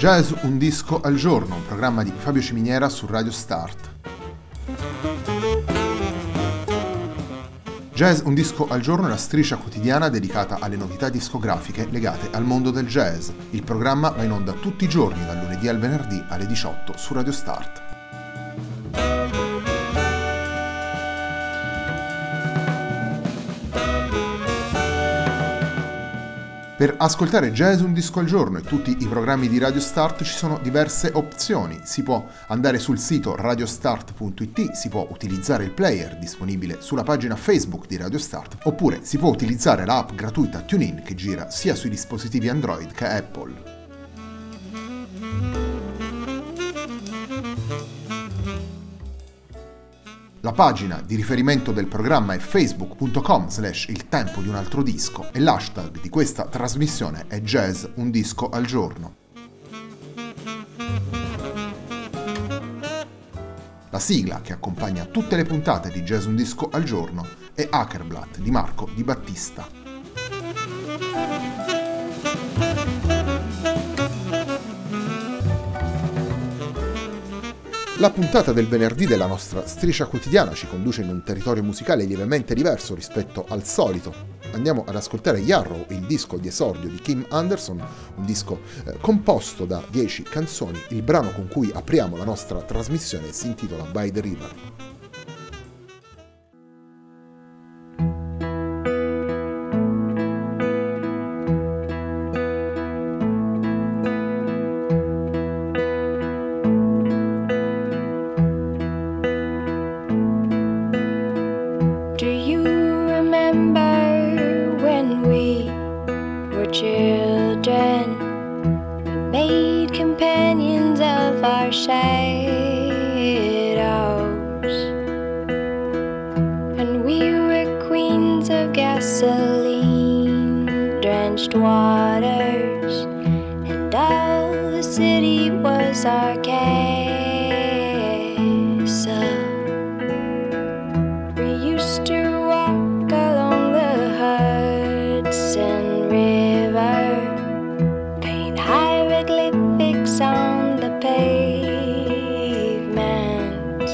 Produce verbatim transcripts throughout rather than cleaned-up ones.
Jazz un disco al giorno, un programma di Fabio Ciminiera su Radio Start. Jazz un disco al giorno è la striscia quotidiana dedicata alle novità discografiche legate al mondo del jazz. Il programma va in onda tutti i giorni, dal lunedì al venerdì alle diciotto su Radio Start. Per ascoltare Jazz un disco al giorno e tutti i programmi di Radio Start ci sono diverse opzioni. Si può andare sul sito radiostart punto it, si può utilizzare il player disponibile sulla pagina Facebook di Radio Start, oppure si può utilizzare l'app gratuita TuneIn che gira sia sui dispositivi Android che Apple. La pagina di riferimento del programma è facebook punto com slash il tempo di un altro disco e l'hashtag di questa trasmissione è Jazz un disco al giorno. La sigla che accompagna tutte le puntate di Jazz un disco al giorno è Hackerblatt di Marco Di Battista. La puntata del venerdì della nostra striscia quotidiana ci conduce in un territorio musicale lievemente diverso rispetto al solito. Andiamo ad ascoltare Yarrow, il disco di esordio di Kim Anderson, un disco eh, composto da dieci canzoni. Il brano con cui apriamo la nostra trasmissione si intitola By the River. Waters, and all the city was our castle. We used to walk along the Hudson River, paint hieroglyphics on the pavement.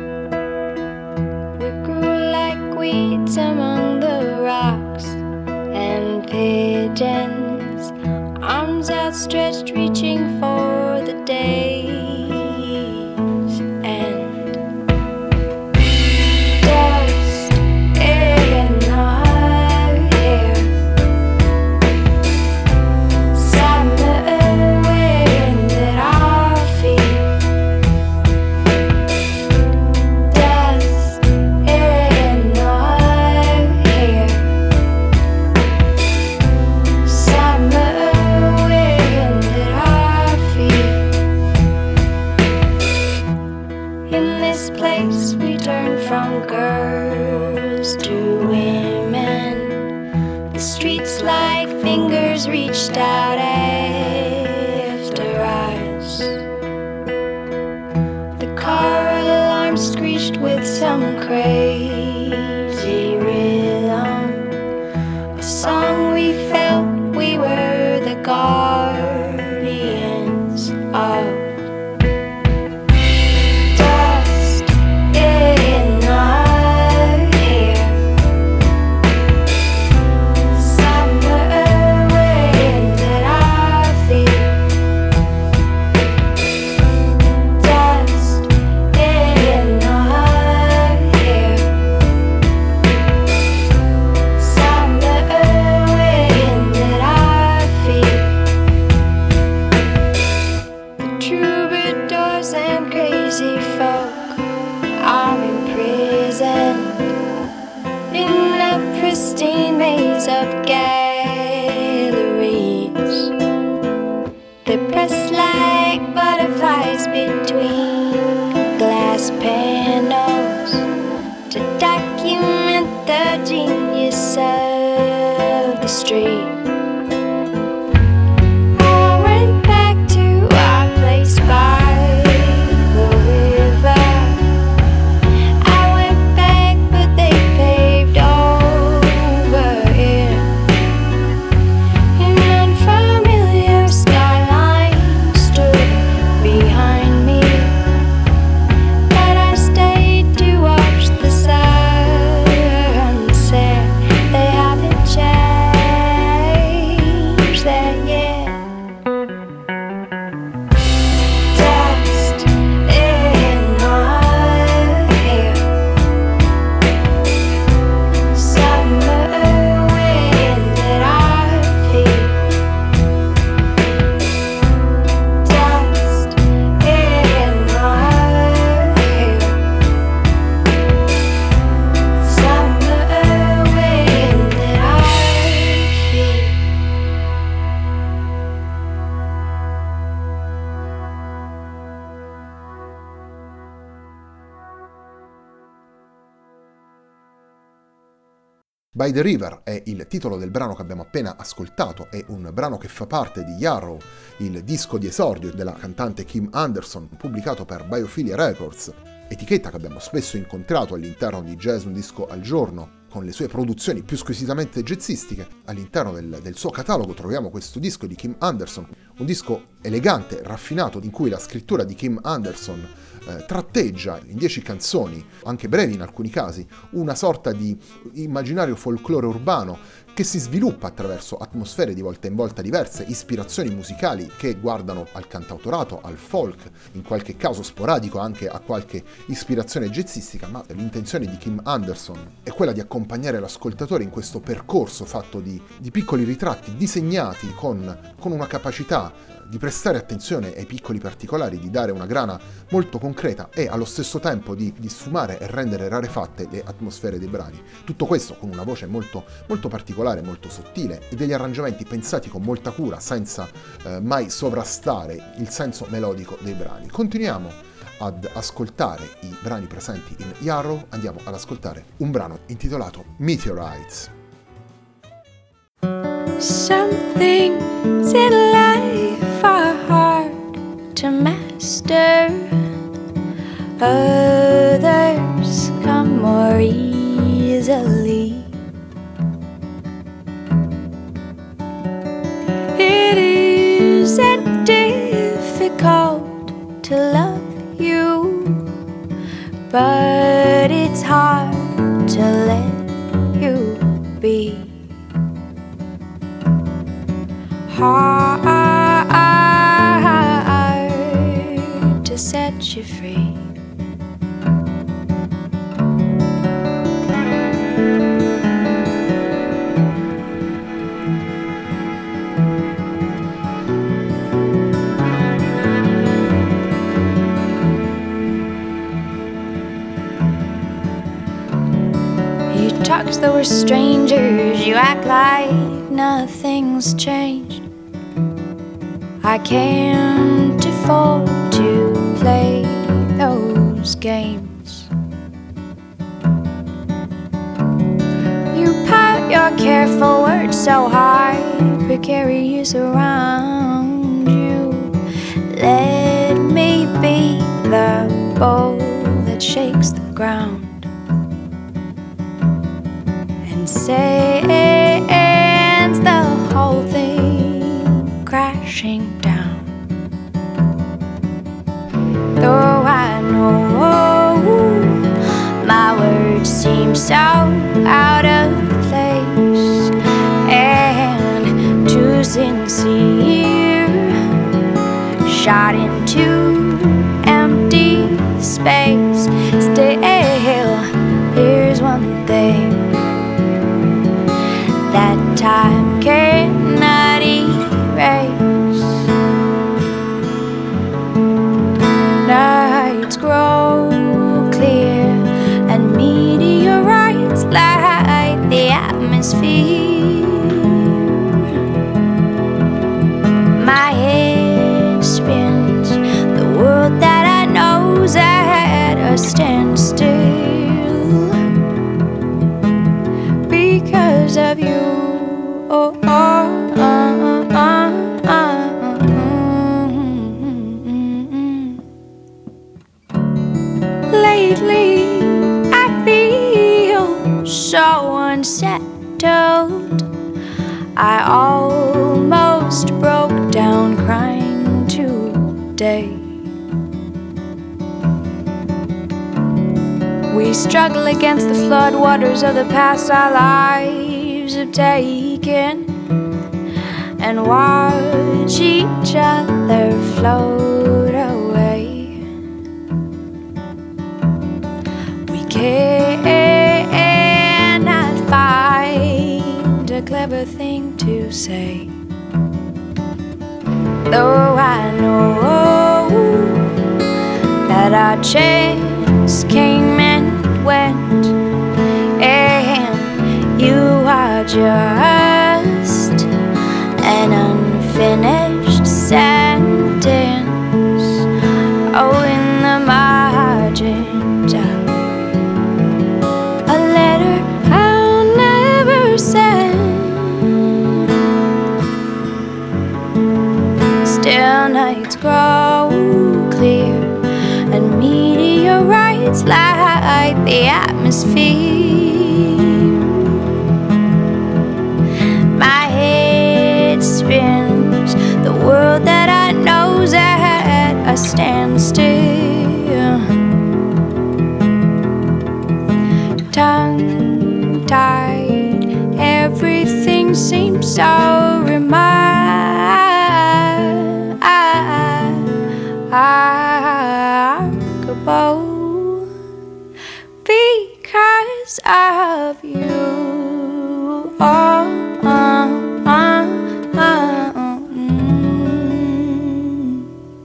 We grew like weeds among the rocks and pigeons, arms outstretched reaching for the day's end. Dust in our hair, summer wind at our feet. Dust in our hair, summer wind at our feet. In this place we turn from girls to women. The streets like fingers reached out after us. The car alarm screeched with some crazy rhythm, a song we felt we were the guardians of. Dust in our hair, summer wind at our feet. Dust in our hair, summer wind at our feet. The troubadours and crazy folk are imprisoned in a pristine maze of galleries. They press like butterflies between glass panels to document the genius of the street. I went back to our place by the river. I went back, but they paved over it. An unfamiliar skyline stood By the River è il titolo del brano che abbiamo appena ascoltato, è un brano che fa parte di Yarrow, il disco di esordio della cantante Kim Anderson, pubblicato per Biophilia Records, etichetta che abbiamo spesso incontrato all'interno di Jazz Un Disco al Giorno, con le sue produzioni più squisitamente jazzistiche. All'interno del, del suo catalogo troviamo questo disco di Kim Anderson, un disco elegante, raffinato, in cui la scrittura di Kim Anderson eh, tratteggia in dieci canzoni, anche brevi in alcuni casi, una sorta di immaginario folklore urbano che si sviluppa attraverso atmosfere di volta in volta diverse, ispirazioni musicali che guardano al cantautorato, al folk, in qualche caso sporadico anche a qualche ispirazione jazzistica, ma l'intenzione di Kim Anderson è quella di accompagnare l'ascoltatore in questo percorso fatto di, di piccoli ritratti disegnati con, con una capacità di prestare attenzione ai piccoli particolari, di dare una grana molto concreta e allo stesso tempo di, di sfumare e rendere rarefatte le atmosfere dei brani. Tutto questo con una voce molto, molto particolare, molto sottile e degli arrangiamenti pensati con molta cura, senza eh, mai sovrastare il senso melodico dei brani. Continuiamo ad ascoltare i brani presenti in Yarrow, andiamo ad ascoltare un brano intitolato Meteorites. Some things in life are hard to master. Others come more easily. It isn't difficult to love you, but it's hard to let you be. Hard to set you free. You talk as though we're strangers, you act like nothing's changed. I can't afford to play those games. You pout your careful words so hard, precarious around you. Let me be the bowl that shakes the ground and sends the whole thing crashing down. Though I know my words seem so out of place and too sincere, shot into empty space. Still, here's one thing that time cannot erase. Nights grow clear and meteorites light the atmosphere. My head spins, the world that I know's at a standstill because of you. Oh, oh, oh, oh, oh, oh. Lately, I feel so unsettled. I almost broke down crying today. We struggle against the floodwaters of the past our lives have taken, and watch each other float away. We cannot find a clever thing to say, though I know that our chance came and went, and you are just an unfinished sentence. Oh, in the margins of a letter I'll never nights grow clear and meteorites light the atmosphere. My head spins, the world that I know's at a standstill. Tongue-tied, everything seems so remarkable because of you. Oh, oh, oh, oh, mm.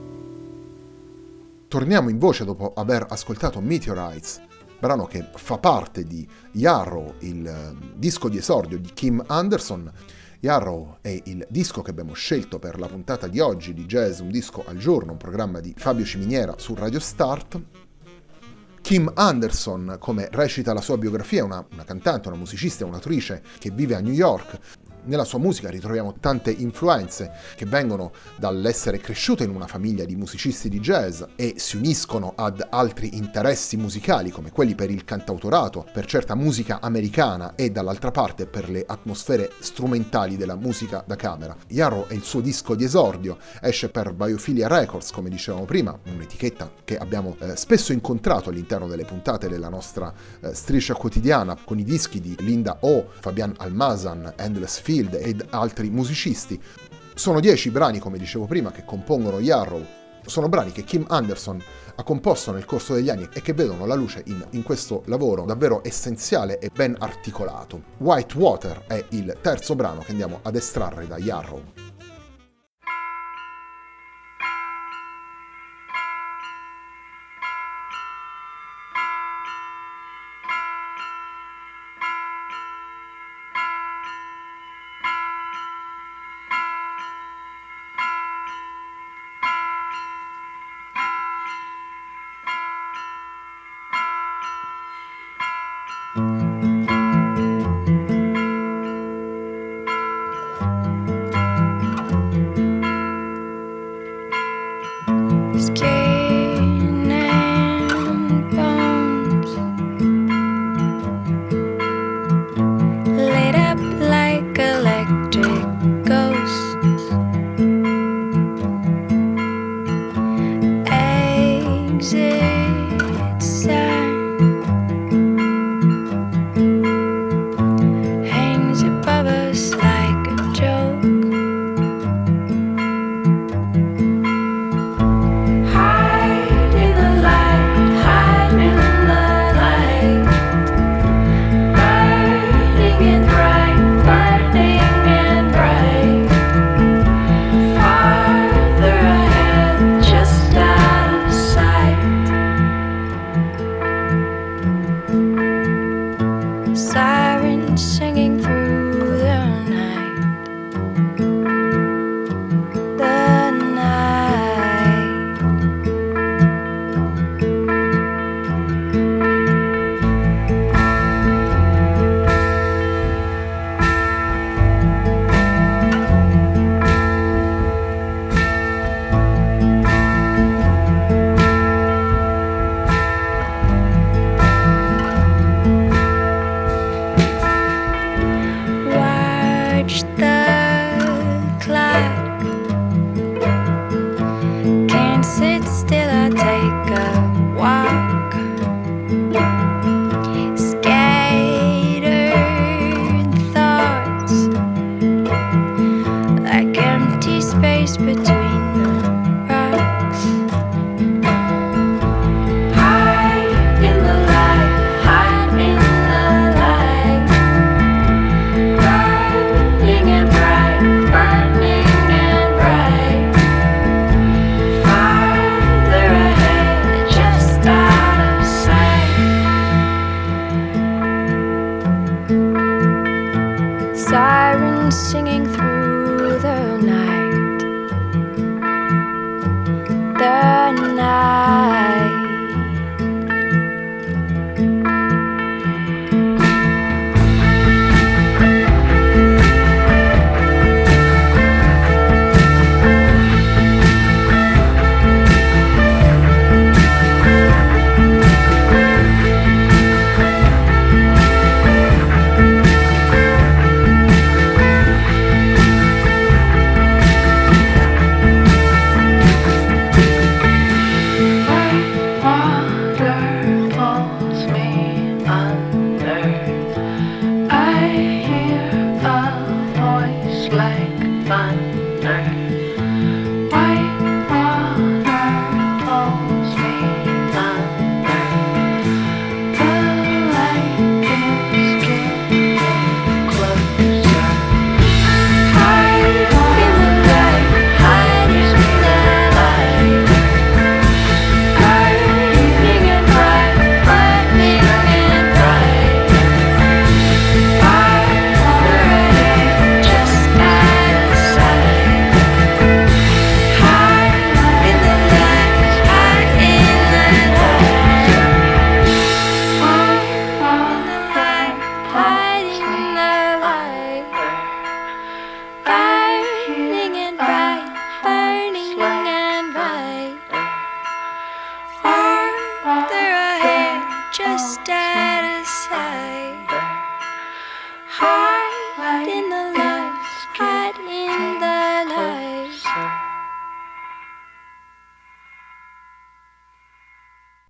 Torniamo in voce dopo aver ascoltato Meteorites, brano che fa parte di Yarrow, il uh, disco di esordio di Kim Anderson. Yarrow è il disco che abbiamo scelto per la puntata di oggi di Jazz Un Disco al Giorno, un programma di Fabio Ciminiera su Radio Start. Kim Anderson, come recita la sua biografia, è una, una cantante, una musicista, un'autrice che vive a New York. Nella sua musica ritroviamo tante influenze che vengono dall'essere cresciuta in una famiglia di musicisti di jazz e si uniscono ad altri interessi musicali come quelli per il cantautorato, per certa musica americana e dall'altra parte per le atmosfere strumentali della musica da camera. Yarrow è il suo disco di esordio, esce per Biophilia Records, come dicevamo prima, un'etichetta che abbiamo eh, spesso incontrato all'interno delle puntate della nostra eh, striscia quotidiana con i dischi di Linda O, Fabian Almazan, Endless Field ed altri musicisti. Sono dieci brani, come dicevo prima, che compongono Yarrow. Sono brani che Kim Anderson ha composto nel corso degli anni e che vedono la luce in, in questo lavoro davvero essenziale e ben articolato. White Water è il terzo brano che andiamo ad estrarre da Yarrow. Singing through the night, the night.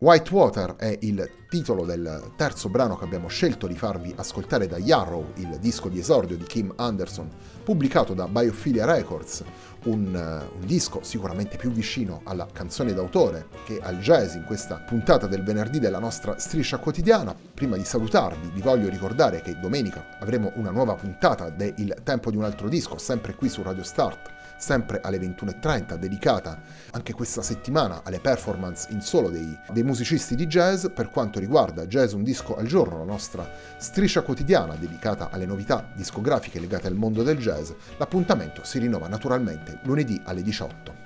Whitewater è il titolo del terzo brano che abbiamo scelto di farvi ascoltare da Yarrow, il disco di esordio di Kim Anderson, pubblicato da Biophilia Records, un, un disco sicuramente più vicino alla canzone d'autore che al jazz in questa puntata del venerdì della nostra striscia quotidiana. Prima di salutarvi vi voglio ricordare che domenica avremo una nuova puntata de Il tempo di un altro disco, sempre qui su Radio Start, sempre alle ventuno e trenta, dedicata anche questa settimana alle performance in solo dei, dei musicisti di jazz. Per quanto riguarda Jazz un disco al giorno, la nostra striscia quotidiana dedicata alle novità discografiche legate al mondo del jazz, l'appuntamento si rinnova naturalmente lunedì alle diciotto.